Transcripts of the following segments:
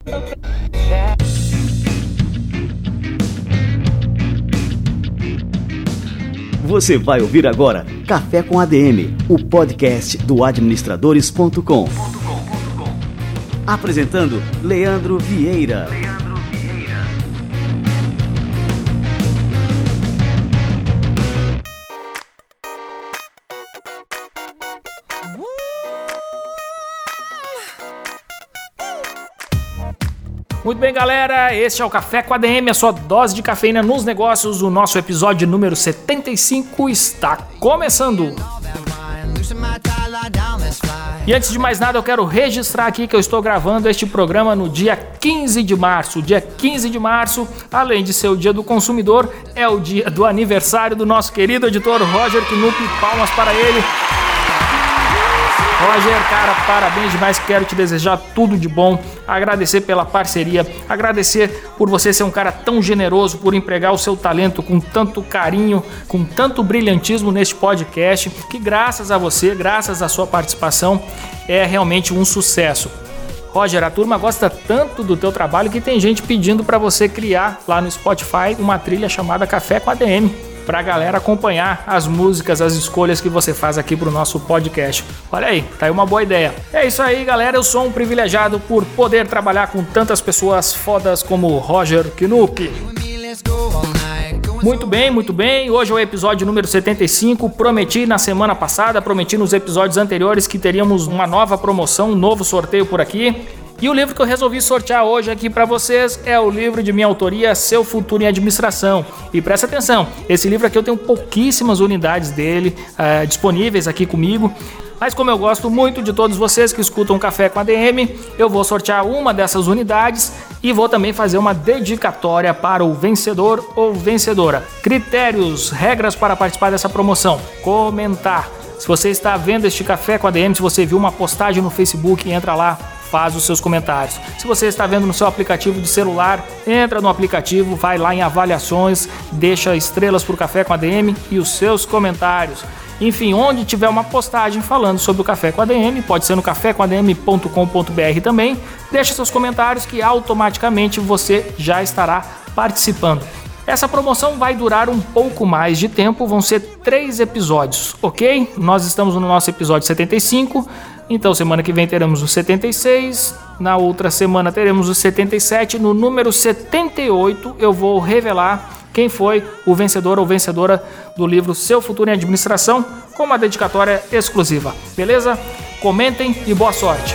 Você vai ouvir agora Café com ADM, o podcast do administradores.com. Apresentando Leandro Vieira. Muito bem, galera, este é o Café com ADM, a sua dose de cafeína nos negócios. O nosso episódio número 75 está começando. E antes de mais nada, eu quero registrar aqui que eu estou gravando este programa no dia 15 de março. Dia 15 de março, além de ser o dia do consumidor, é o dia do aniversário do nosso querido editor Roger Knupp. Palmas para ele. Roger, cara, parabéns demais, quero te desejar tudo de bom, agradecer pela parceria, agradecer por você ser um cara tão generoso, por empregar o seu talento com tanto carinho, com tanto brilhantismo neste podcast, que graças a você, graças à sua participação, é realmente um sucesso. Roger, a turma gosta tanto do teu trabalho que tem gente pedindo para você criar lá no Spotify uma trilha chamada Café com ADM, pra galera acompanhar as músicas, as escolhas que você faz aqui pro nosso podcast. Olha aí, tá aí uma boa ideia. É isso aí, galera, eu sou um privilegiado por poder trabalhar com tantas pessoas fodas como o Roger Knupp. Muito bem, hoje é o episódio número 75, prometi na semana passada, prometi nos episódios anteriores que teríamos uma nova promoção, um novo sorteio por aqui. E o livro que eu resolvi sortear hoje aqui para vocês é o livro de minha autoria, Seu Futuro em Administração. E presta atenção, esse livro aqui eu tenho pouquíssimas unidades dele disponíveis aqui comigo. Mas como eu gosto muito de todos vocês que escutam Café com ADM, eu vou sortear uma dessas unidades e vou também fazer uma dedicatória para o vencedor ou vencedora. Critérios, regras para participar dessa promoção. Comentar. Se você está vendo este Café com ADM, se você viu uma postagem no Facebook, entra lá, faz os seus comentários. Se você está vendo no seu aplicativo de celular, entra no aplicativo, vai lá em avaliações, deixa estrelas para o Café com ADM e os seus comentários. Enfim, onde tiver uma postagem falando sobre o Café com ADM, pode ser no cafécomadm.com.br também, deixa seus comentários que automaticamente você já estará participando. Essa promoção vai durar um pouco mais de tempo, vão ser 3 episódios, ok? Nós estamos no nosso episódio 75, então semana que vem teremos o 76, na outra semana teremos o 77, no número 78 eu vou revelar quem foi o vencedor ou vencedora do livro Seu Futuro em Administração, com uma dedicatória exclusiva, beleza? Comentem e boa sorte!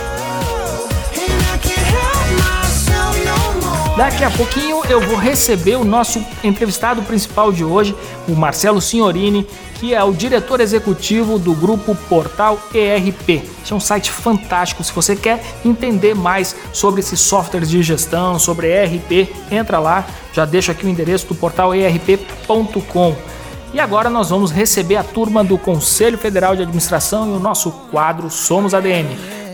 Daqui a pouquinho eu vou receber o nosso entrevistado principal de hoje, o Marcelo Signorini, que é o diretor executivo do grupo Portal ERP. Esse é um site fantástico. Se você quer entender mais sobre esses softwares de gestão, sobre ERP, entra lá. Já deixo aqui o endereço do portal erp.com. E agora nós vamos receber a turma do Conselho Federal de Administração e o nosso quadro Somos ADM.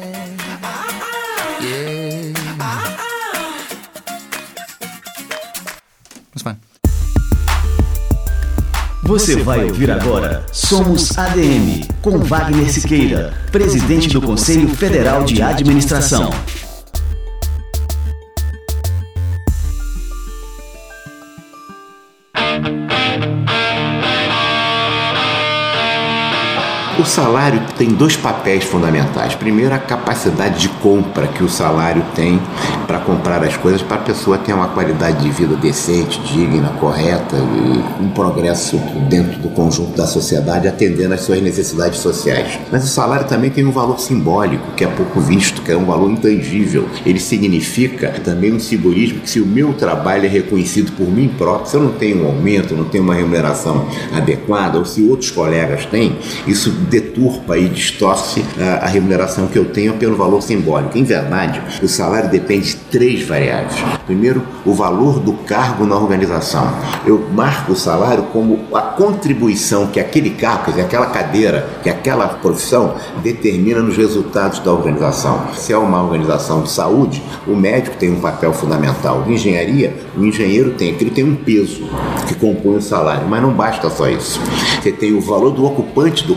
Você vai ouvir agora Somos ADM, com Wagner Siqueira, presidente do Conselho Federal de Administração. O salário tem 2 papéis fundamentais. Primeiro, a capacidade de compra que o salário tem para comprar as coisas para a pessoa ter uma qualidade de vida decente, digna, correta e um progresso dentro do conjunto da sociedade, atendendo às suas necessidades sociais. Mas o salário também tem um valor simbólico, que é pouco visto, que é um valor intangível. Ele significa também um simbolismo que, se o meu trabalho é reconhecido por mim próprio, se eu não tenho um aumento, não tenho uma remuneração adequada, ou se outros colegas têm, isso deturpa e distorce a remuneração que eu tenho pelo valor simbólico. Em verdade, o salário depende de 3 variáveis. Primeiro, o valor do cargo na organização. Eu marco o salário como a contribuição que aquele cargo, quer dizer, aquela cadeira, que aquela profissão determina nos resultados da organização. Se é uma organização de saúde, o médico tem um papel fundamental. De engenharia, o engenheiro tem um peso que compõe o salário, mas não basta só isso. Você tem o valor do ocupante do cargo.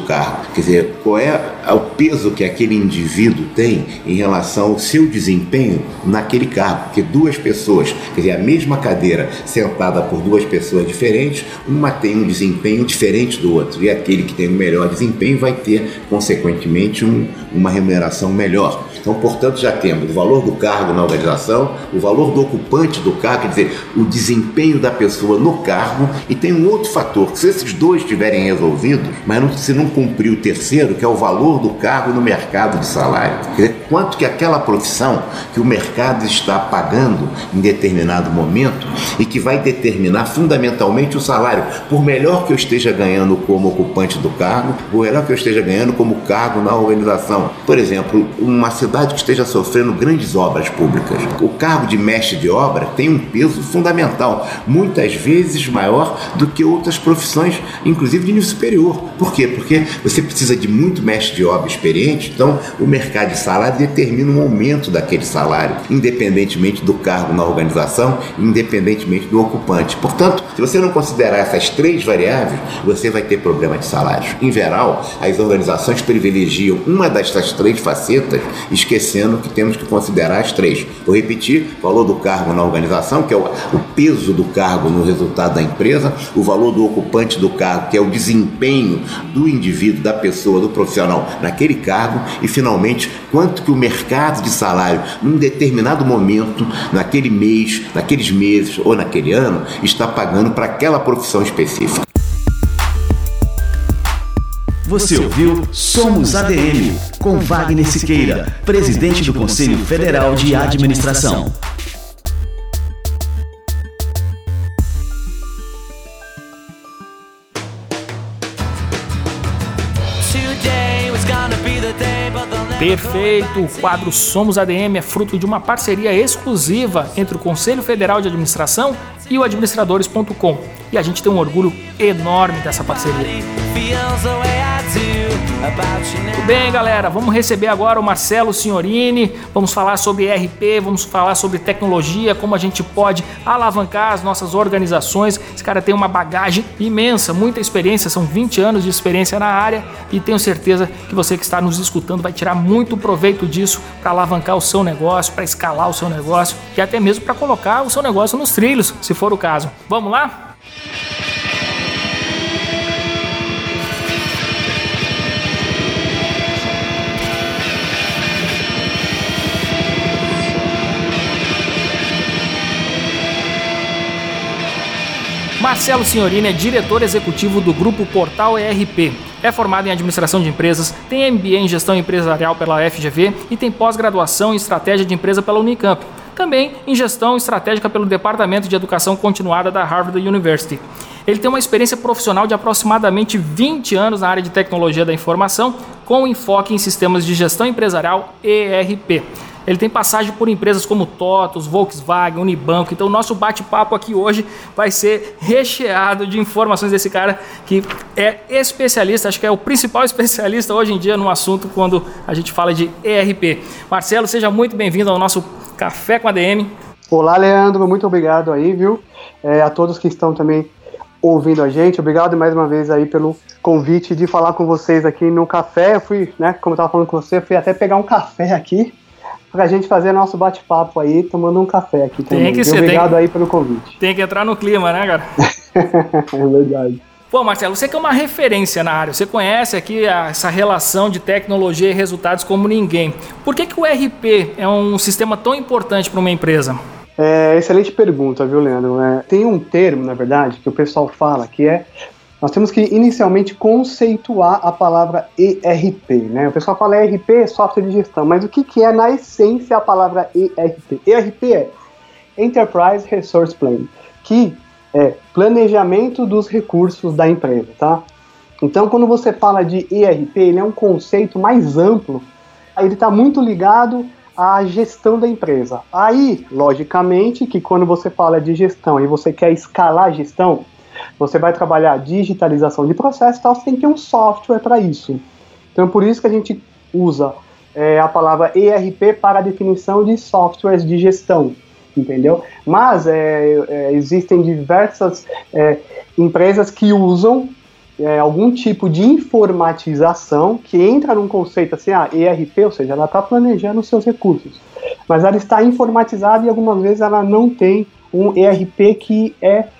Quer dizer, qual é o peso que aquele indivíduo tem em relação ao seu desempenho naquele cargo. Porque duas pessoas, quer dizer, a mesma cadeira sentada por duas pessoas diferentes, uma tem um desempenho diferente do outro, e aquele que tem o melhor desempenho vai ter, consequentemente, uma remuneração melhor. Então, portanto, já temos o valor do cargo na organização, o valor do ocupante do cargo, quer dizer, o desempenho da pessoa no cargo, e tem um outro fator, que se esses dois estiverem resolvidos, mas se não cumprir o terceiro, que é o valor do cargo no mercado de salário. Quer dizer, quanto que aquela profissão que o mercado está pagando em determinado momento e que vai determinar fundamentalmente o salário, por melhor que eu esteja ganhando como ocupante do cargo, por melhor que eu esteja ganhando como cargo na organização. Por exemplo, uma cidade que esteja sofrendo grandes obras públicas, o cargo de mestre de obra tem um peso fundamental, muitas vezes maior do que outras profissões, inclusive de nível superior. Por quê? Porque você precisa de muito mestre de obra experiente, então o mercado de salário determina um aumento daquele salário, independentemente do cargo na organização, independentemente do ocupante. Portanto, se você não considerar essas três variáveis, você vai ter problema de salários. Em geral, as organizações privilegiam uma dessas três facetas, esquecendo que temos que considerar as três. Vou repetir: valor do cargo na organização, que é o peso do cargo no resultado da empresa, o valor do ocupante do cargo, que é o desempenho do indivíduo, da pessoa, do profissional naquele cargo, e finalmente, quanto que o mercado de salário, num determinado momento, naquele mês, naqueles meses ou naquele ano, está pagando para aquela profissão específica. Você ouviu Somos ADM, com Wagner Siqueira, presidente do Conselho Federal de Administração. Perfeito! O quadro Somos ADM é fruto de uma parceria exclusiva entre o Conselho Federal de Administração e o administradores.com. E a gente tem um orgulho enorme dessa parceria. Tudo bem, galera? Vamos receber agora o Marcelo Signorini. Vamos falar sobre ERP, vamos falar sobre tecnologia, como a gente pode alavancar as nossas organizações. Esse cara tem uma bagagem imensa, muita experiência, são 20 anos de experiência na área, e tenho certeza que você que está nos escutando vai tirar muito proveito disso para alavancar o seu negócio, para escalar o seu negócio e até mesmo para colocar o seu negócio nos trilhos, se for o caso. Vamos lá? Marcelo Signorini é diretor executivo do Grupo Portal ERP. É formado em administração de empresas, tem MBA em gestão empresarial pela FGV e tem pós-graduação em estratégia de empresa pela Unicamp. Também em gestão estratégica pelo Departamento de Educação Continuada da Harvard University. Ele tem uma experiência profissional de aproximadamente 20 anos na área de tecnologia da informação, com enfoque em sistemas de gestão empresarial ERP. Ele tem passagem por empresas como TOTUS, Volkswagen, Unibanco. Então o nosso bate-papo aqui hoje vai ser recheado de informações desse cara que é especialista, acho que é o principal especialista hoje em dia no assunto quando a gente fala de ERP. Marcelo, seja muito bem-vindo ao nosso Café com ADM. Olá, Leandro, muito obrigado aí, viu? A todos que estão também ouvindo a gente, obrigado mais uma vez aí pelo convite de falar com vocês aqui no café. Eu fui, como eu estava falando com você, fui até pegar um café aqui pra gente fazer nosso bate-papo aí, tomando um café aqui também. Obrigado aí pelo convite. Tem que entrar no clima, né, cara? É verdade. Pô, Marcelo, você que é uma referência na área, você conhece aqui essa relação de tecnologia e resultados como ninguém. Por que o ERP é um sistema tão importante para uma empresa? Excelente pergunta, viu, Leandro? Tem um termo, na verdade, que o pessoal fala, que nós temos que inicialmente conceituar a palavra ERP, né? O pessoal fala ERP, software de gestão, mas o que é na essência a palavra ERP? ERP é Enterprise Resource Planning, que é planejamento dos recursos da empresa, tá? Então, quando você fala de ERP, ele é um conceito mais amplo, ele está muito ligado à gestão da empresa. Aí, logicamente, que quando você fala de gestão e você quer escalar a gestão, você vai trabalhar digitalização de processo e tal, você tem que ter um software para isso. Então, por isso que a gente usa a palavra ERP para a definição de softwares de gestão, entendeu? Mas existem diversas empresas que usam algum tipo de informatização que entra num conceito assim, ERP, ou seja, ela está planejando os seus recursos, mas ela está informatizada e algumas vezes ela não tem um ERP que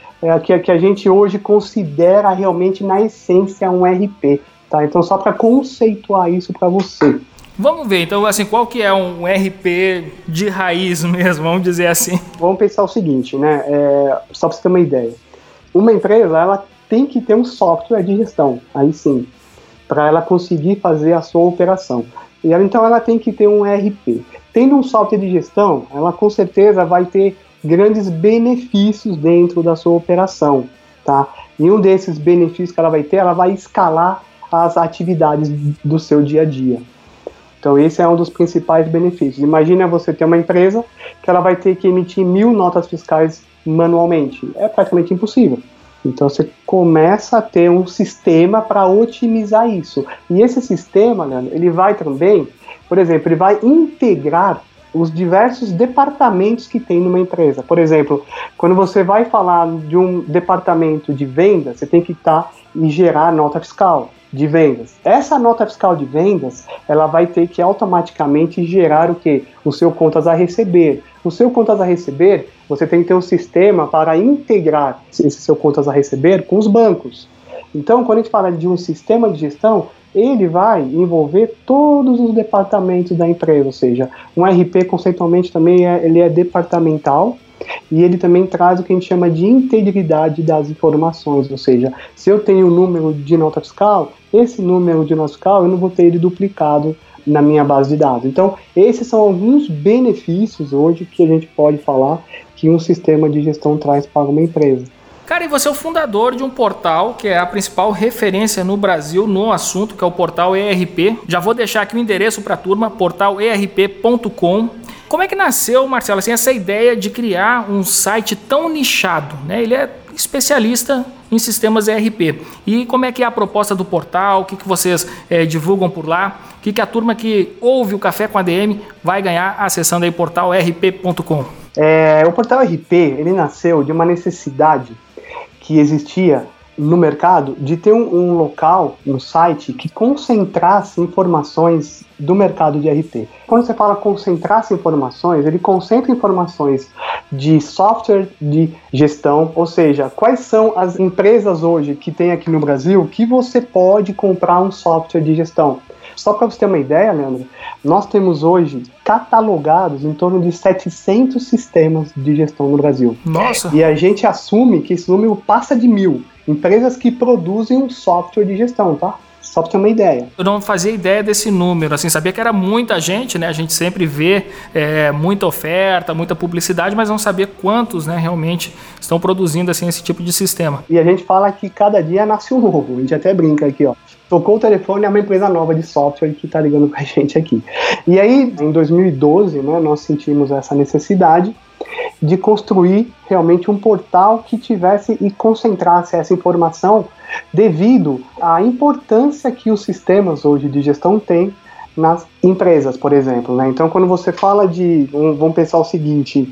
que a gente hoje considera realmente na essência um ERP, tá? Então só para conceituar isso para você. Vamos ver, então, assim, qual que é um RP de raiz mesmo, vamos dizer assim? Vamos pensar o seguinte, né? Só para você ter uma ideia. Uma empresa, ela tem que ter um software de gestão, aí sim, para ela conseguir fazer a sua operação. E então ela tem que ter um ERP. Tendo um software de gestão, ela com certeza vai ter grandes benefícios dentro da sua operação, tá? E um desses benefícios que ela vai ter, ela vai escalar as atividades do seu dia a dia. Então esse é um dos principais benefícios. Imagina você ter uma empresa que ela vai ter que emitir 1000 notas fiscais manualmente. É praticamente impossível. Então você começa a ter um sistema para otimizar isso. E esse sistema, Leandro, ele vai também, por exemplo, ele vai integrar os diversos departamentos que tem numa empresa. Por exemplo, quando você vai falar de um departamento de vendas, você tem que e gerar nota fiscal de vendas. Essa nota fiscal de vendas, ela vai ter que automaticamente gerar o quê? O seu contas a receber. O seu contas a receber, você tem que ter um sistema para integrar esse seu contas a receber com os bancos. Então, quando a gente fala de um sistema de gestão, ele vai envolver todos os departamentos da empresa, ou seja, um RP conceitualmente também ele é departamental, e ele também traz o que a gente chama de integridade das informações, ou seja, se eu tenho um número de nota fiscal, esse número de nota fiscal eu não vou ter ele duplicado na minha base de dados. Então, esses são alguns benefícios hoje que a gente pode falar que um sistema de gestão traz para uma empresa. Cara, e você é o fundador de um portal que é a principal referência no Brasil no assunto, que é o portal ERP. Já vou deixar aqui o endereço para a turma, portalerp.com. Como é que nasceu, Marcelo, assim, essa ideia de criar um site tão nichado, né? Ele é especialista em sistemas ERP. E como é que é a proposta do portal? O que vocês divulgam por lá? O que a turma que ouve o Café com ADM vai ganhar acessando aí portalerp.com? O portal ERP, ele nasceu de uma necessidade que existia no mercado de ter um local, um site que concentrasse informações do mercado de ERP. Quando você fala concentrar informações, ele concentra informações de software de gestão, ou seja, quais são as empresas hoje que tem aqui no Brasil que você pode comprar um software de gestão. Só para você ter uma ideia, Leandro, nós temos hoje catalogados em torno de 700 sistemas de gestão no Brasil. Nossa! E a gente assume que esse número passa de 1000 empresas que produzem um software de gestão, tá? Só para ter uma ideia. Eu não fazia ideia desse número, assim, sabia que era muita gente, né? A gente sempre vê muita oferta, muita publicidade, mas não sabia quantos, né, realmente estão produzindo assim, esse tipo de sistema. E a gente fala que cada dia nasce um novo, a gente até brinca aqui, ó. Tocou o telefone, é uma empresa nova de software que está ligando com a gente aqui. E aí, em 2012, né, nós sentimos essa necessidade de construir realmente um portal que tivesse e concentrasse essa informação devido à importância que os sistemas hoje de gestão têm nas empresas, por exemplo, né? Então, quando você fala vamos pensar o seguinte,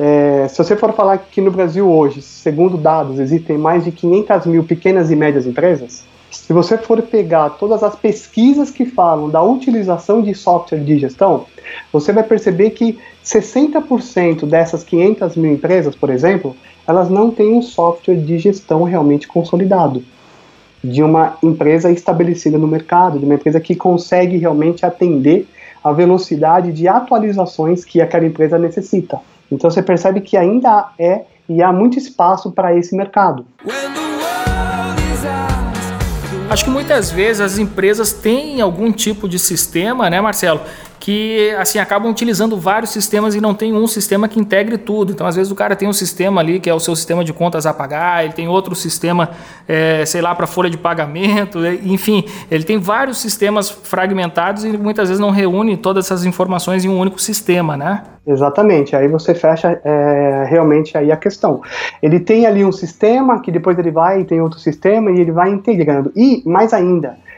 se você for falar que no Brasil hoje, segundo dados, existem mais de 500 mil pequenas e médias empresas, se você for pegar todas as pesquisas que falam da utilização de software de gestão, você vai perceber que 60% dessas 500 mil empresas, por exemplo, elas não têm um software de gestão realmente consolidado, de uma empresa estabelecida no mercado, de uma empresa que consegue realmente atender a velocidade de atualizações que aquela empresa necessita. Então você percebe que ainda e há muito espaço para esse mercado. Acho que muitas vezes as empresas têm algum tipo de sistema, né, Marcelo, que assim acabam utilizando vários sistemas e não tem um sistema que integre tudo. Então, às vezes o cara tem um sistema ali que é o seu sistema de contas a pagar, ele tem outro sistema, sei lá, para folha de pagamento, enfim, ele tem vários sistemas fragmentados e muitas vezes não reúne todas essas informações em um único sistema, né? Exatamente, aí você fecha realmente aí a questão. Ele tem ali um sistema que depois ele vai e tem outro sistema e ele vai integrando. E, mais ainda,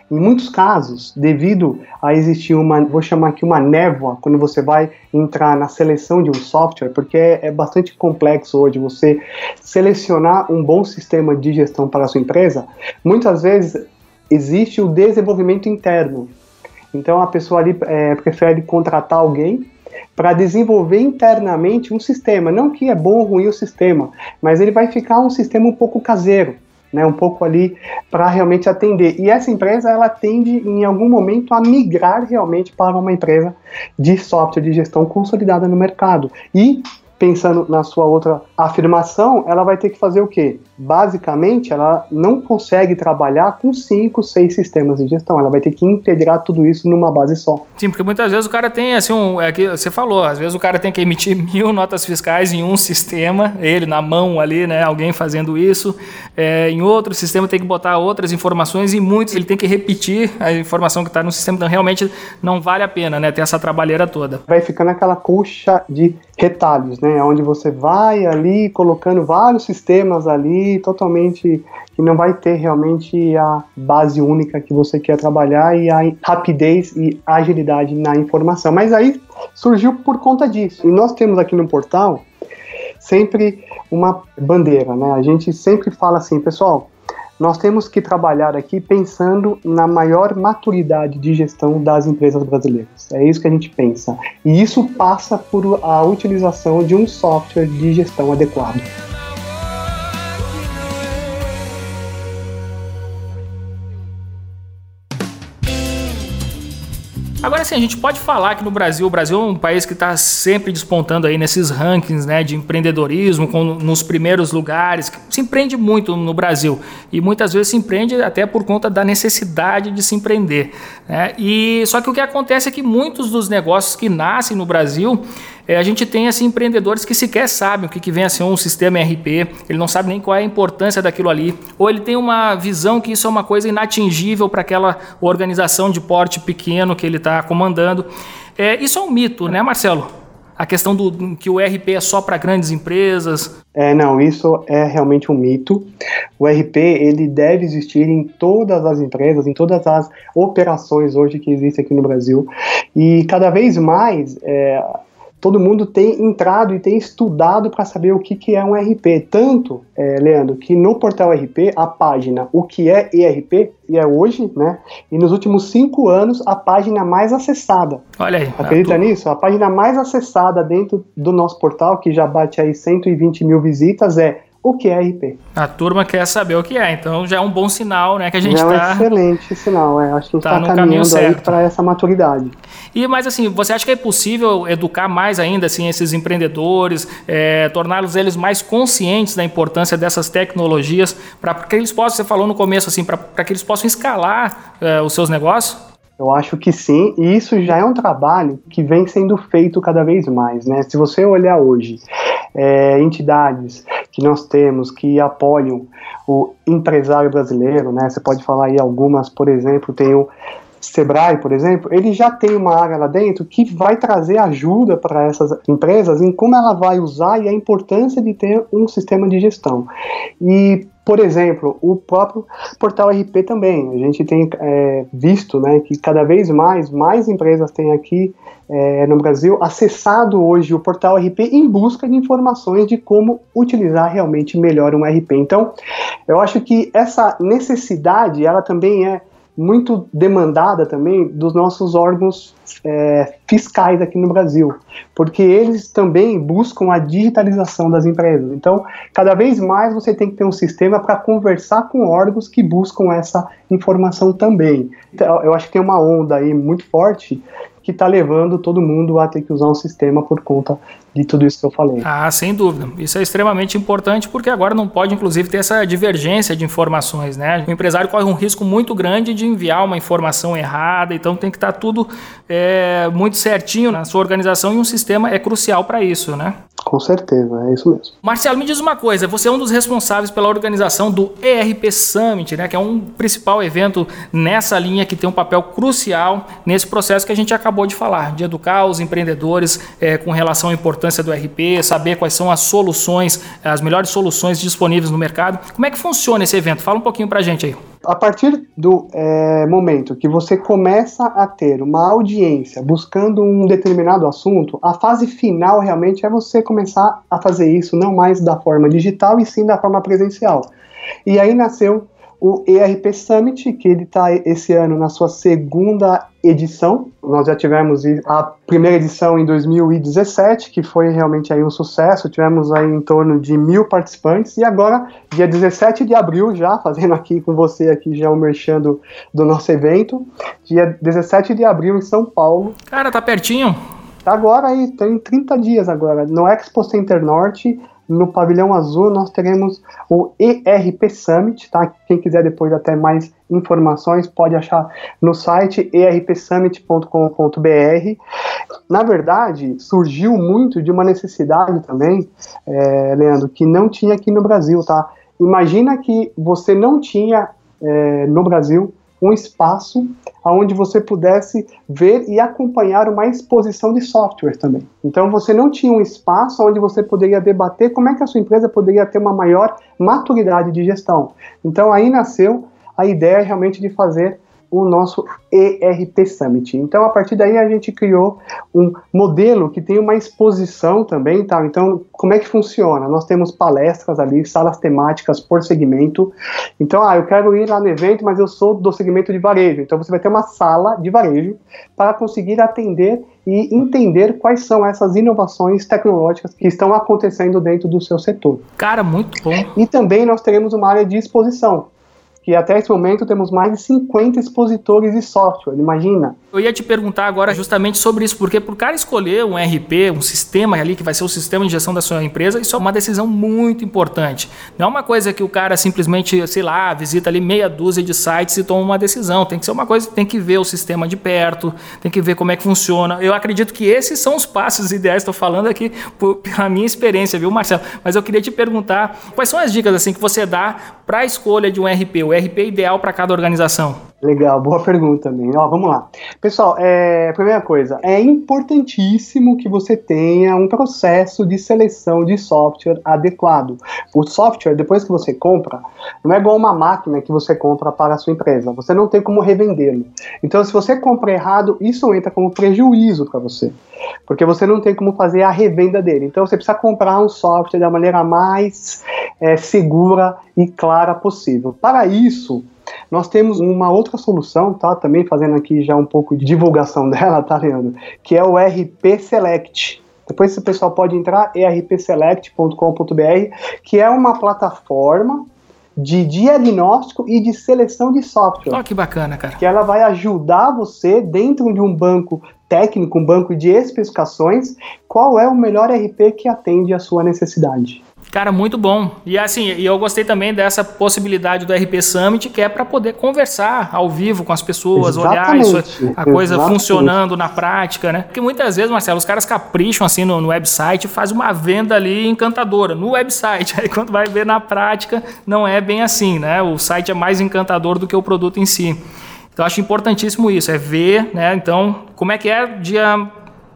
Em muitos casos, devido a existir vou chamar aqui uma névoa, quando você vai entrar na seleção de um software, porque é bastante complexo hoje você selecionar um bom sistema de gestão para a sua empresa, muitas vezes existe o desenvolvimento interno. Então a pessoa ali prefere contratar alguém para desenvolver internamente um sistema, não que é bom ou ruim o sistema, mas ele vai ficar um sistema um pouco caseiro, né, um pouco ali para realmente atender. E essa empresa, ela tende em algum momento a migrar realmente para uma empresa de software de gestão consolidada no mercado. E pensando na sua outra afirmação, ela vai ter que fazer o quê? Basicamente, ela não consegue trabalhar com 5, 6 sistemas de gestão. Ela vai ter que integrar tudo isso numa base só. Sim, porque muitas vezes o cara tem, assim, que você falou, às vezes o cara tem que emitir 1000 notas fiscais em um sistema, ele na mão ali, né, alguém fazendo isso. Em outro sistema tem que botar outras informações e muitos ele tem que repetir a informação que está no sistema. Então, realmente não vale a pena, né, ter essa trabalheira toda. Vai ficando aquela colcha de retalhos, né, onde você vai ali colocando vários sistemas ali, totalmente, que não vai ter realmente a base única que você quer trabalhar e a rapidez e agilidade na informação. Mas aí surgiu por conta disso. E nós temos aqui no portal sempre uma bandeira, né? A gente sempre fala assim, pessoal, nós temos que trabalhar aqui pensando na maior maturidade de gestão das empresas brasileiras. É isso que a gente pensa. E isso passa por a utilização de um software de gestão adequado. Agora sim, a gente pode falar que o Brasil é um país que está sempre despontando aí nesses rankings, né, de empreendedorismo, nos primeiros lugares. Se empreende muito no Brasil e muitas vezes se empreende até por conta da necessidade de se empreender, né? Só que o que acontece é que muitos dos negócios que nascem no Brasil, a gente tem assim, empreendedores que sequer sabem o que vem a ser um sistema ERP, ele não sabe nem qual é a importância daquilo ali, ou ele tem uma visão que isso é uma coisa inatingível para aquela organização de porte pequeno que ele está comandando. Isso é um mito, né, Marcelo? A questão que o ERP é só para grandes empresas. Não, isso é realmente um mito. O ERP, ele deve existir em todas as empresas, em todas as operações hoje que existem aqui no Brasil. E cada vez mais todo mundo tem entrado e tem estudado para saber o que é um ERP. Tanto, Leandro, que no portal ERP, a página O que é ERP, e é hoje, né? E nos últimos 5 anos, a página mais acessada. Olha aí. Acredita nisso? A página mais acessada dentro do nosso portal, que já bate aí 120 mil visitas, é O que é ERP. A turma quer saber o que é, então já é um bom sinal, né, que a gente está... Já é um excelente sinal, acho que a gente está caminhando aí para essa maturidade. Mas assim, você acha que é possível educar mais ainda assim, esses empreendedores, torná-los eles mais conscientes da importância dessas tecnologias, para que eles possam, você falou no começo, assim, para que eles possam escalar os seus negócios? Eu acho que sim, e isso já é um trabalho que vem sendo feito cada vez mais, né? Se você olhar hoje, entidades que nós temos que apoiam o empresário brasileiro, né? Você pode falar aí algumas, por exemplo, tem o Sebrae, por exemplo, ele já tem uma área lá dentro que vai trazer ajuda para essas empresas em como ela vai usar e a importância de ter um sistema de gestão. E, por exemplo, o próprio portal ERP também, a gente tem visto, né, que cada vez mais empresas têm aqui no Brasil acessado hoje o portal ERP em busca de informações de como utilizar realmente melhor um ERP. Então, eu acho que essa necessidade, ela também é muito demandada também dos nossos órgãos fiscais aqui no Brasil, porque eles também buscam a digitalização das empresas. Então, cada vez mais você tem que ter um sistema para conversar com órgãos que buscam essa informação também. Então, eu acho que tem uma onda aí muito forte que está levando todo mundo a ter que usar um sistema por conta de tudo isso que eu falei. Sem dúvida. Isso é extremamente importante porque agora não pode, inclusive, ter essa divergência de informações, né? O empresário corre um risco muito grande de enviar uma informação errada, então tem que estar tudo muito certinho na sua organização e um sistema é crucial para isso, né? Com certeza, é isso mesmo. Marcelo, me diz uma coisa, você é um dos responsáveis pela organização do ERP Summit, né, que é um principal evento nessa linha que tem um papel crucial nesse processo que a gente acabou de falar, de educar os empreendedores com relação à importância do ERP, saber quais são as soluções, as melhores soluções disponíveis no mercado. Como é que funciona esse evento? Fala um pouquinho pra gente aí. A partir do momento que você começa a ter uma audiência buscando um determinado assunto, a fase final realmente é você começar a fazer isso não mais da forma digital e sim da forma presencial. E aí nasceu o ERP Summit, que ele está esse ano na sua segunda edição. Nós já tivemos a primeira edição em 2017, que foi realmente aí um sucesso, tivemos aí em torno de 1.000 participantes, e agora, dia 17 de abril, já fazendo aqui com você aqui já o merchan do nosso evento, dia 17 de abril em São Paulo. Cara, tá pertinho. Agora aí, tem 30 dias agora, no Expo Center Norte, no Pavilhão Azul, nós teremos o ERP Summit, tá? Quem quiser depois até mais informações pode achar no site erpsummit.com.br. Na verdade, surgiu muito de uma necessidade também, Leandro, que não tinha aqui no Brasil, tá? Imagina que você não tinha no Brasil um espaço onde você pudesse ver e acompanhar uma exposição de software também. Então você não tinha um espaço onde você poderia debater como é que a sua empresa poderia ter uma maior maturidade de gestão. Então aí nasceu a ideia realmente de fazer o nosso ERP Summit. Então, a partir daí, a gente criou um modelo que tem uma exposição também, tá? Então, como é que funciona? Nós temos palestras ali, salas temáticas por segmento. Então, eu quero ir lá no evento, mas eu sou do segmento de varejo. Então, você vai ter uma sala de varejo para conseguir atender e entender quais são essas inovações tecnológicas que estão acontecendo dentro do seu setor. Cara, muito bom. E também nós teremos uma área de exposição, que até esse momento temos mais de 50 expositores de software, imagina. Eu ia te perguntar agora justamente sobre isso, porque pro cara escolher um RP, um sistema ali que vai ser o sistema de gestão da sua empresa, isso é uma decisão muito importante. Não é uma coisa que o cara simplesmente, sei lá, visita ali meia dúzia de sites e toma uma decisão. Tem que ser uma coisa que tem que ver o sistema de perto, tem que ver como é que funciona. Eu acredito que esses são os passos ideais, estou falando aqui pela minha experiência, viu, Marcelo? Mas eu queria te perguntar, quais são as dicas assim que você dá para a escolha de um RP, o RP ideal para cada organização? Legal, boa pergunta também. Vamos lá. Pessoal, primeira coisa, é importantíssimo que você tenha um processo de seleção de software adequado. O software, depois que você compra, não é igual uma máquina que você compra para a sua empresa. Você não tem como revendê-lo. Então, se você compra errado, isso entra como prejuízo para você, porque você não tem como fazer a revenda dele. Então, você precisa comprar um software da maneira mais segura e clara possível. Para isso, nós temos uma outra solução, tá? Também fazendo aqui já um pouco de divulgação dela, tá, Leandro? Que é o ERP Select. Depois o pessoal pode entrar, erpselect.com.br, que é uma plataforma de diagnóstico e de seleção de software. Olha que bacana, cara. Que ela vai ajudar você, dentro de um banco técnico, um banco de especificações, qual é o melhor RP que atende à sua necessidade. Cara, muito bom. E assim, eu gostei também dessa possibilidade do RP Summit, que é para poder conversar ao vivo com as pessoas, Exatamente. olhar a coisa funcionando na prática, né? Porque muitas vezes, Marcelo, os caras capricham assim no website e fazem uma venda ali encantadora no website. Aí quando vai ver na prática, não é bem assim, né? O site é mais encantador do que o produto em si. Então, eu acho importantíssimo isso, é ver, né? Então, como é que é? Dia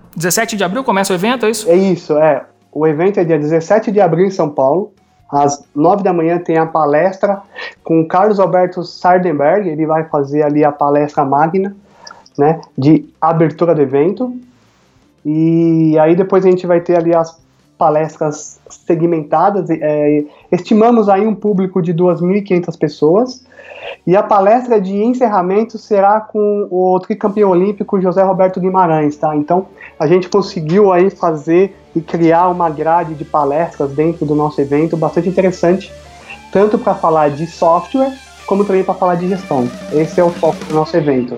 17 de abril começa o evento, é isso? É isso, O evento é dia 17 de abril em São Paulo, às 9 da manhã tem a palestra com o Carlos Alberto Sardenberg, ele vai fazer ali a palestra magna, né, de abertura do evento, e aí depois a gente vai ter ali as palestras segmentadas, estimamos aí um público de 2.500 pessoas, e a palestra de encerramento será com o tricampeão olímpico José Roberto Guimarães, tá? Então, a gente conseguiu aí fazer e criar uma grade de palestras dentro do nosso evento, bastante interessante, tanto para falar de software, como também para falar de gestão. Esse é o foco do nosso evento.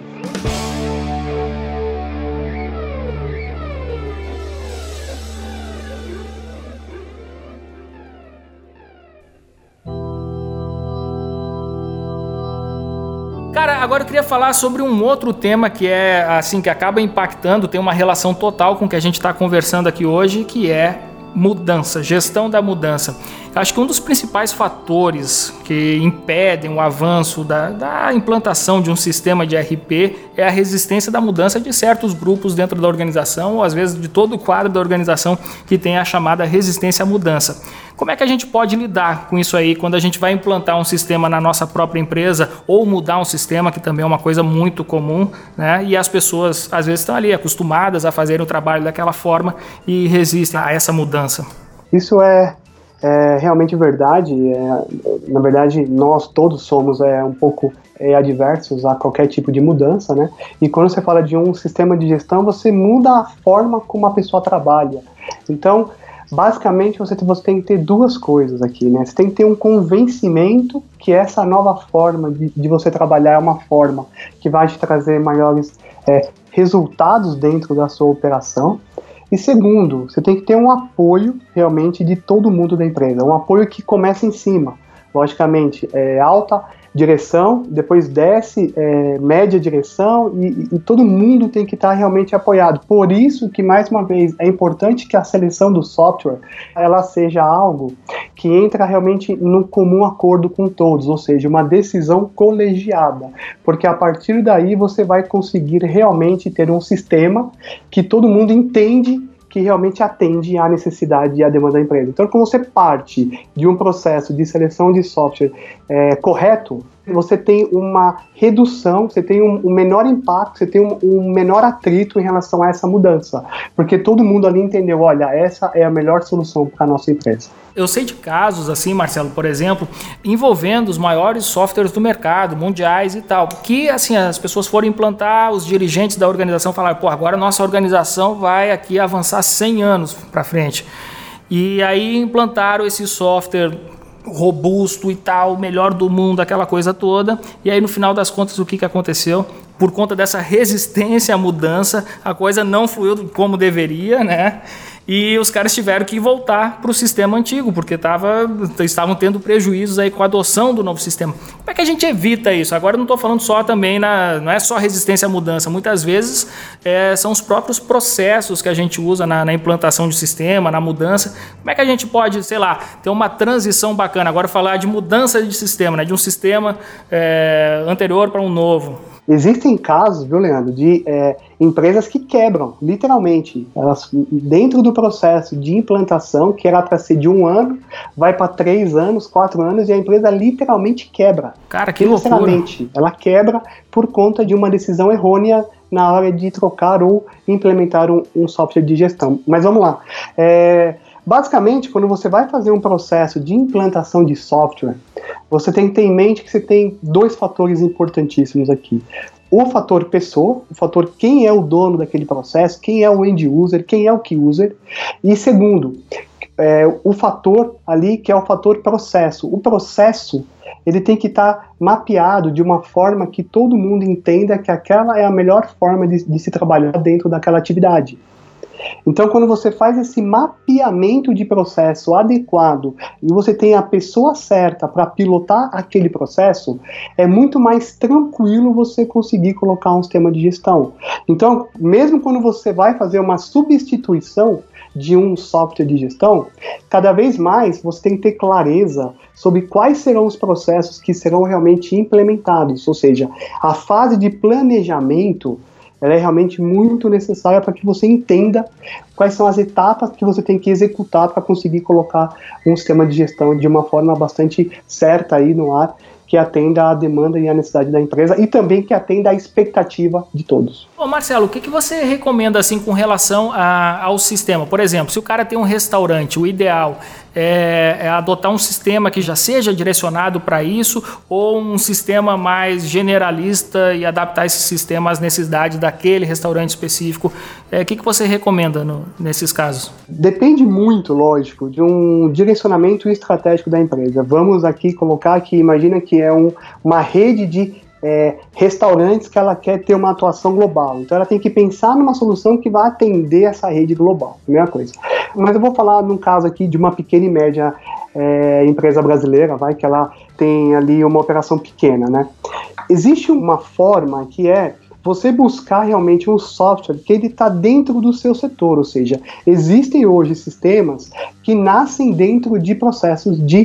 Cara, agora eu queria falar sobre um outro tema que é assim, que acaba impactando, tem uma relação total com o que a gente está conversando aqui hoje, que é mudança, gestão da mudança. Acho que um dos principais fatores que impedem o avanço da implantação de um sistema de ERP é a resistência da mudança de certos grupos dentro da organização, ou às vezes de todo o quadro da organização que tem a chamada resistência à mudança. Como é que a gente pode lidar com isso aí quando a gente vai implantar um sistema na nossa própria empresa ou mudar um sistema, que também é uma coisa muito comum, né? E as pessoas às vezes estão ali acostumadas a fazerem o trabalho daquela forma e resistem a essa mudança? Isso é realmente verdade. Na verdade, nós todos somos um pouco adversos a qualquer tipo de mudança, né? E quando você fala de um sistema de gestão, você muda a forma como a pessoa trabalha. Então, basicamente, você tem que ter duas coisas aqui, né? Você tem que ter um convencimento que essa nova forma de você trabalhar é uma forma que vai te trazer maiores resultados dentro da sua operação. E segundo, você tem que ter um apoio realmente de todo mundo da empresa, um apoio que começa em cima, logicamente, alta direção, depois desce média direção e todo mundo tem que estar realmente apoiado. Por isso que, mais uma vez, é importante que a seleção do software ela seja algo que entra realmente no comum acordo com todos, ou seja, uma decisão colegiada, porque a partir daí você vai conseguir realmente ter um sistema que todo mundo entende que realmente atende à necessidade e à demanda da empresa. Então, quando você parte de um processo de seleção de software correto, você tem uma redução, você tem um menor impacto, você tem um menor atrito em relação a essa mudança, porque todo mundo ali entendeu, olha, essa é a melhor solução para a nossa empresa. Eu sei de casos assim, Marcelo, por exemplo, envolvendo os maiores softwares do mercado, mundiais e tal, que assim, as pessoas foram implantar, os dirigentes da organização falaram, agora a nossa organização vai aqui avançar 100 anos para frente. E aí implantaram esse software robusto e tal, melhor do mundo, aquela coisa toda, e aí no final das contas o que aconteceu? Por conta dessa resistência à mudança, a coisa não fluiu como deveria, né? E os caras tiveram que voltar para o sistema antigo, porque estavam tendo prejuízos aí com a adoção do novo sistema. Como é que a gente evita isso? Agora eu não estou falando só também, não é só resistência à mudança, muitas vezes são os próprios processos que a gente usa na implantação de sistema, na mudança. Como é que a gente pode, sei lá, ter uma transição bacana? Agora falar de mudança de sistema, né? De um sistema anterior para um novo. Existem casos, viu, Leandro, de empresas que quebram, literalmente. Elas, dentro do processo de implantação, que era para ser de 1 ano, vai para 3 anos, 4 anos, e a empresa literalmente quebra. Cara, que loucura. Ela quebra por conta de uma decisão errônea na hora de trocar ou implementar um software de gestão. Mas vamos lá. Basicamente, quando você vai fazer um processo de implantação de software, você tem que ter em mente que você tem 2 fatores importantíssimos aqui. O fator pessoa, o fator quem é o dono daquele processo, quem é o end user, quem é o key user. E segundo, o fator ali que é o fator processo. O processo, ele tem que estar mapeado de uma forma que todo mundo entenda que aquela é a melhor forma de se trabalhar dentro daquela atividade. Então, quando você faz esse mapeamento de processo adequado e você tem a pessoa certa para pilotar aquele processo, é muito mais tranquilo você conseguir colocar um sistema de gestão. Então, mesmo quando você vai fazer uma substituição de um software de gestão, cada vez mais você tem que ter clareza sobre quais serão os processos que serão realmente implementados, ou seja, a fase de planejamento ela é realmente muito necessária para que você entenda quais são as etapas que você tem que executar para conseguir colocar um sistema de gestão de uma forma bastante certa aí no ar, que atenda à demanda e à necessidade da empresa e também que atenda à expectativa de todos. Ô Marcelo, o que você recomenda assim com relação ao sistema? Por exemplo, se o cara tem um restaurante, o ideal é adotar um sistema que já seja direcionado para isso ou um sistema mais generalista e adaptar esse sistema às necessidades daquele restaurante específico? O que você recomenda nesses casos? Depende muito, lógico, de um direcionamento estratégico da empresa. Vamos aqui colocar que imagina que é uma rede de restaurantes que ela quer ter uma atuação global. Então ela tem que pensar numa solução que vai atender essa rede global, primeira coisa. Mas eu vou falar num caso aqui de uma pequena e média empresa brasileira, que ela tem ali uma operação pequena, né? Existe uma forma que você buscar realmente um software que ele está dentro do seu setor, ou seja, existem hoje sistemas que nascem dentro de processos de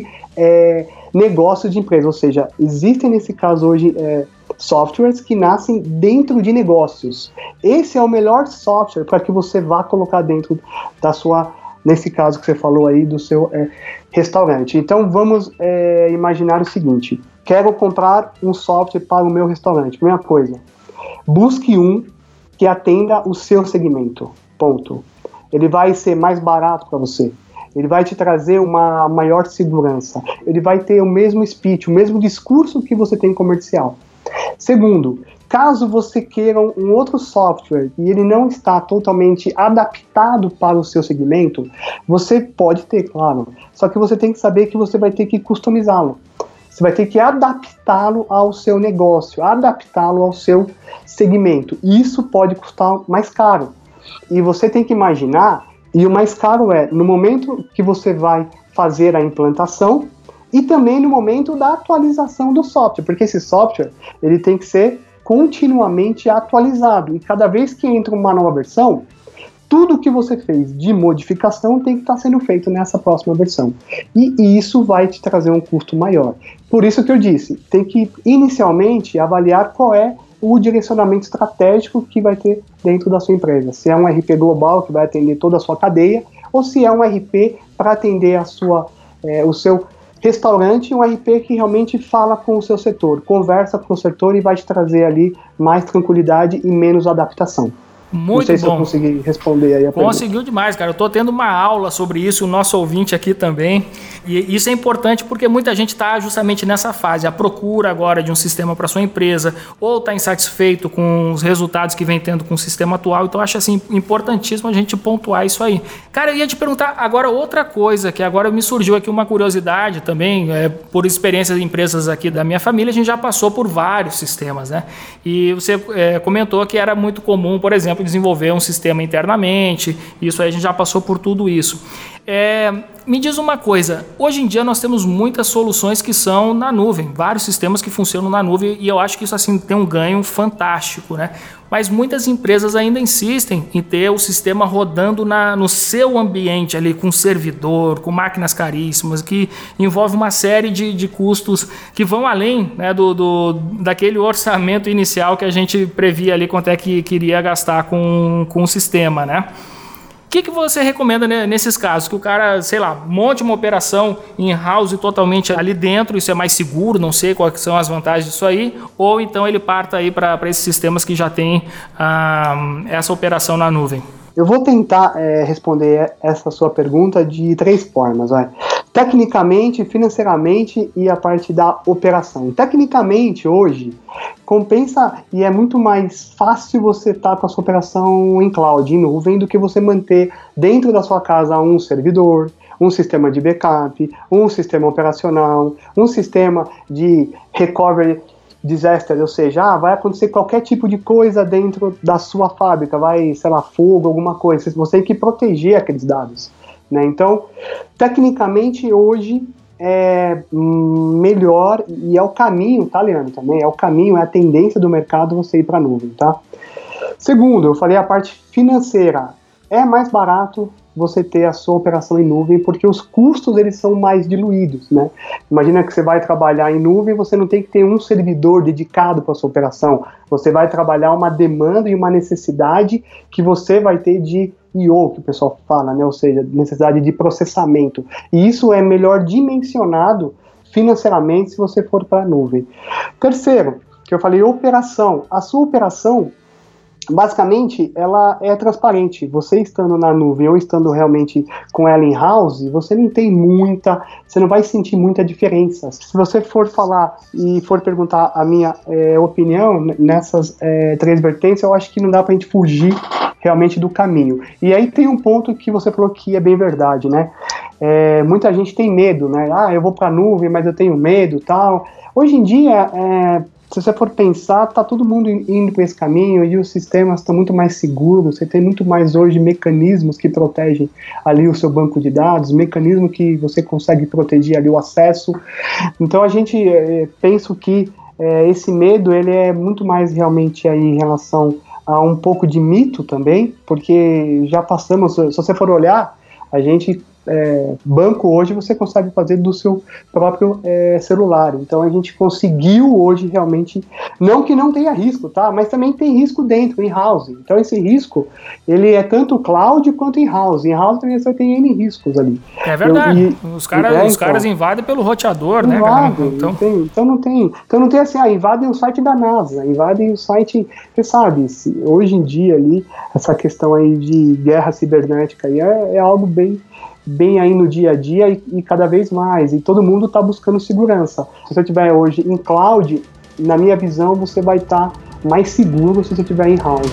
negócio de empresa, ou seja, existem nesse caso hoje softwares que nascem dentro de negócios. Esse é o melhor software para que você vá colocar dentro da sua, nesse caso que você falou aí, do seu restaurante. Então vamos imaginar o seguinte: quero comprar um software para o meu restaurante. Primeira coisa, busque um que atenda o seu segmento, ponto. Ele vai ser mais barato para você, ele vai te trazer uma maior segurança, ele vai ter o mesmo speech, o mesmo discurso que você tem comercial. Segundo, caso você queira um outro software e ele não está totalmente adaptado para o seu segmento, você pode ter, claro, só que você tem que saber que você vai ter que customizá-lo. Você vai ter que adaptá-lo ao seu negócio, adaptá-lo ao seu segmento. E isso pode custar mais caro. E você tem que imaginar, e o mais caro é no momento que você vai fazer a implantação e também no momento da atualização do software, porque esse software ele tem que ser continuamente atualizado. E cada vez que entra uma nova versão, tudo que você fez de modificação tem que estar sendo feito nessa próxima versão. E isso vai te trazer um custo maior. Por isso que eu disse, tem que inicialmente avaliar qual é o direcionamento estratégico que vai ter dentro da sua empresa. Se é um RP global que vai atender toda a sua cadeia, ou se é um RP para atender o seu restaurante, um RP que realmente fala com o seu setor, conversa com o setor e vai te trazer ali mais tranquilidade e menos adaptação. Muito Não sei bom. se eu consegui responder aí a pergunta. Conseguiu demais, cara. Eu tô tendo uma aula sobre isso, o nosso ouvinte aqui também. E isso é importante porque muita gente está justamente nessa fase, a procura agora de um sistema para sua empresa, ou está insatisfeito com os resultados que vem tendo com o sistema atual. Então eu acho assim importantíssimo a gente pontuar isso aí. Cara, eu ia te perguntar agora outra coisa, que agora me surgiu aqui uma curiosidade também, por experiências de empresas aqui da minha família, a gente já passou por vários sistemas, né? E você comentou que era muito comum, por exemplo, desenvolver um sistema internamente, isso aí a gente já passou por tudo isso. Me diz uma coisa, hoje em dia nós temos muitas soluções que são na nuvem, vários sistemas que funcionam na nuvem e eu acho que isso assim tem um ganho fantástico, né? Mas muitas empresas ainda insistem em ter o sistema rodando no seu ambiente ali, com servidor, com máquinas caríssimas, que envolve uma série de custos que vão além, né, daquele orçamento inicial que a gente previa ali quanto é que queria gastar com o sistema, né? O que você recomenda nesses casos? Que o cara, sei lá, monte uma operação in-house totalmente ali dentro, isso é mais seguro, não sei quais são as vantagens disso aí, ou então ele parta aí para esses sistemas que já tem essa operação na nuvem? Eu vou tentar responder essa sua pergunta de 3 formas. Vai. Tecnicamente, financeiramente e a parte da operação. Tecnicamente, hoje, compensa e é muito mais fácil você estar com a sua operação em cloud, em nuvem, do que você manter dentro da sua casa um servidor, um sistema de backup, um sistema operacional, um sistema de recovery disaster, ou seja, vai acontecer qualquer tipo de coisa dentro da sua fábrica, vai, sei lá, fogo, alguma coisa, você tem que proteger aqueles dados, né? Então, tecnicamente, hoje é melhor e é o caminho, tá, Leandro, também, é o caminho, é a tendência do mercado você ir para a nuvem, tá? Segundo, eu falei a parte financeira, é mais barato você ter a sua operação em nuvem, porque os custos eles são mais diluídos, né? Imagina que você vai trabalhar em nuvem, você não tem que ter um servidor dedicado para a sua operação, você vai trabalhar uma demanda e uma necessidade que você vai ter de I/O, que o pessoal fala, né? Ou seja, necessidade de processamento, e isso é melhor dimensionado financeiramente se você for para a nuvem. Terceiro, que eu falei, operação, a sua operação basicamente, ela é transparente. Você estando na nuvem ou estando realmente com ela in-house, você não vai sentir muita diferença. Se você for falar e for perguntar a minha opinião nessas 3 vertentes, eu acho que não dá pra gente fugir realmente do caminho. E aí tem um ponto que você falou que é bem verdade, né? Muita gente tem medo, né? Eu vou pra nuvem, mas eu tenho medo, tal. Hoje em dia, se você for pensar, tá todo mundo indo por esse caminho e os sistemas estão muito mais seguros, você tem muito mais hoje mecanismos que protegem ali o seu banco de dados, mecanismo que você consegue proteger ali o acesso. Então a gente pensa que esse medo ele é muito mais realmente aí em relação a um pouco de mito também, porque já passamos, se você for olhar, a gente, banco hoje você consegue fazer do seu próprio celular, então a gente conseguiu hoje realmente, não que não tenha risco, tá? Mas também tem risco dentro, in-house, então esse risco, ele é tanto cloud quanto in-house também você tem N riscos ali. É verdade, os caras invadem pelo roteador, né, cara? Então não tem assim, invadem o site da NASA, invadem o site, você sabe, hoje em dia ali, essa questão aí de guerra cibernética aí é algo bem aí no dia a dia e cada vez mais, e todo mundo está buscando segurança. Se você estiver hoje em cloud, na minha visão, você vai estar mais seguro se você estiver em house.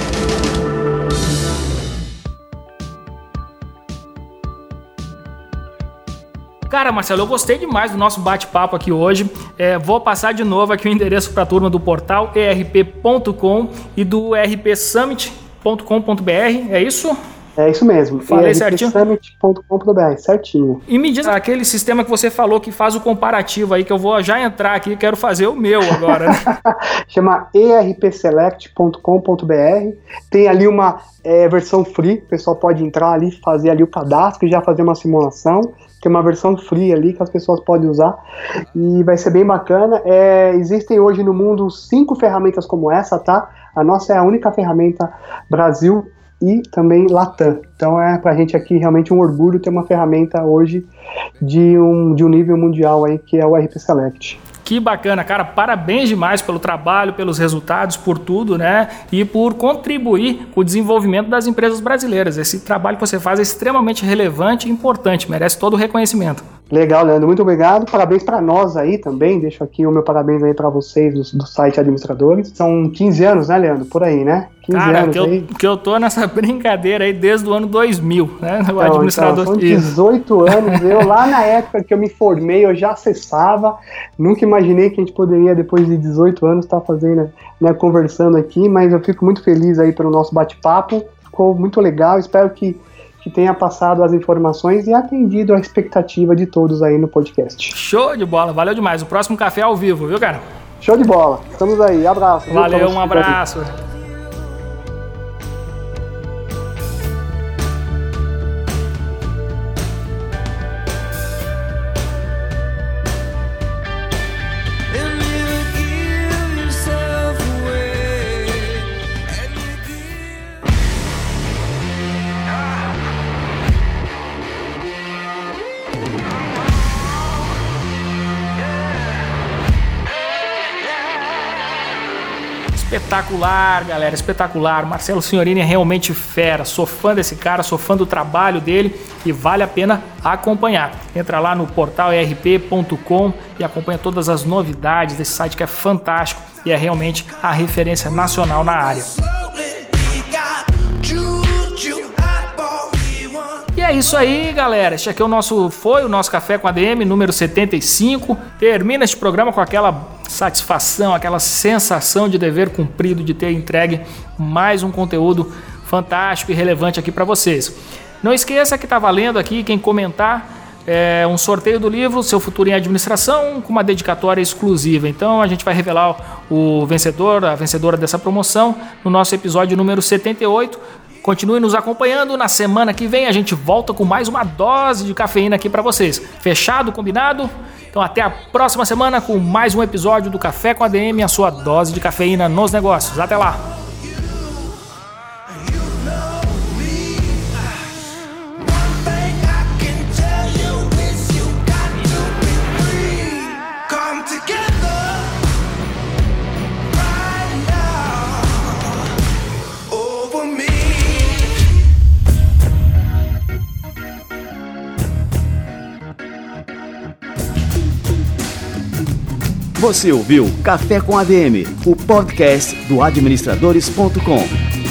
Cara, Marcelo, eu gostei demais do nosso bate-papo aqui hoje. Vou passar de novo aqui o endereço para a turma do portal erp.com e do rpsummit.com.br, é isso? É isso mesmo. Falei certinho? erpsummit.com.br, certinho. E me diz aquele sistema que você falou que faz o comparativo aí, que eu vou já entrar aqui, quero fazer o meu agora, né? Chama erpselect.com.br. Tem ali uma versão free, o pessoal pode entrar ali, fazer ali o cadastro e já fazer uma simulação. Tem uma versão free ali que as pessoas podem usar e vai ser bem bacana. Existem hoje no mundo 5 ferramentas como essa, tá? A nossa é a única ferramenta Brasil e também Latam. Então pra gente aqui realmente um orgulho ter uma ferramenta hoje de um nível mundial aí, que é o RP Select. Que bacana, cara, parabéns demais pelo trabalho, pelos resultados, por tudo, né? E por contribuir com o desenvolvimento das empresas brasileiras. Esse trabalho que você faz é extremamente relevante e importante, merece todo o reconhecimento. Legal, Leandro, muito obrigado. Parabéns para nós aí também. Deixo aqui o meu parabéns aí para vocês do site Administradores. São 15 anos, né, Leandro? Por aí, né? 15 cara, anos aí. Que eu tô nessa brincadeira aí desde o ano 2000, né? O administrador. São 18 anos. Eu lá na época que eu me formei, eu já acessava. Nunca imaginei que a gente poderia, depois de 18 anos, estar fazendo, né, conversando aqui. Mas eu fico muito feliz aí pelo nosso bate-papo. Ficou muito legal. Espero que tenha passado as informações e atendido a expectativa de todos aí no podcast. Show de bola, valeu demais. O próximo café é ao vivo, viu, cara? Show de bola. Estamos aí. Abraço. Valeu, um abraço. Espetacular, galera, espetacular. Marcelo Signorini é realmente fera. Sou fã desse cara, sou fã do trabalho dele e vale a pena acompanhar. Entra lá no portal erp.com e acompanha todas as novidades desse site que é fantástico e é realmente a referência nacional na área. E é isso aí, galera. Este aqui foi o nosso Café com ADM número 75. Termina este programa com aquela satisfação, aquela sensação de dever cumprido, de ter entregue mais um conteúdo fantástico e relevante aqui para vocês. Não esqueça que está valendo aqui, quem comentar, um sorteio do livro Seu Futuro em Administração, com uma dedicatória exclusiva. Então a gente vai revelar o vencedor, a vencedora dessa promoção no nosso episódio número 78. Continue nos acompanhando. Na semana que vem a gente volta com mais uma dose de cafeína aqui para vocês. Fechado? Combinado? Então até a próxima semana com mais um episódio do Café com ADM, a sua dose de cafeína nos negócios. Até lá! Você ouviu Café com ADM, o podcast do administradores.com.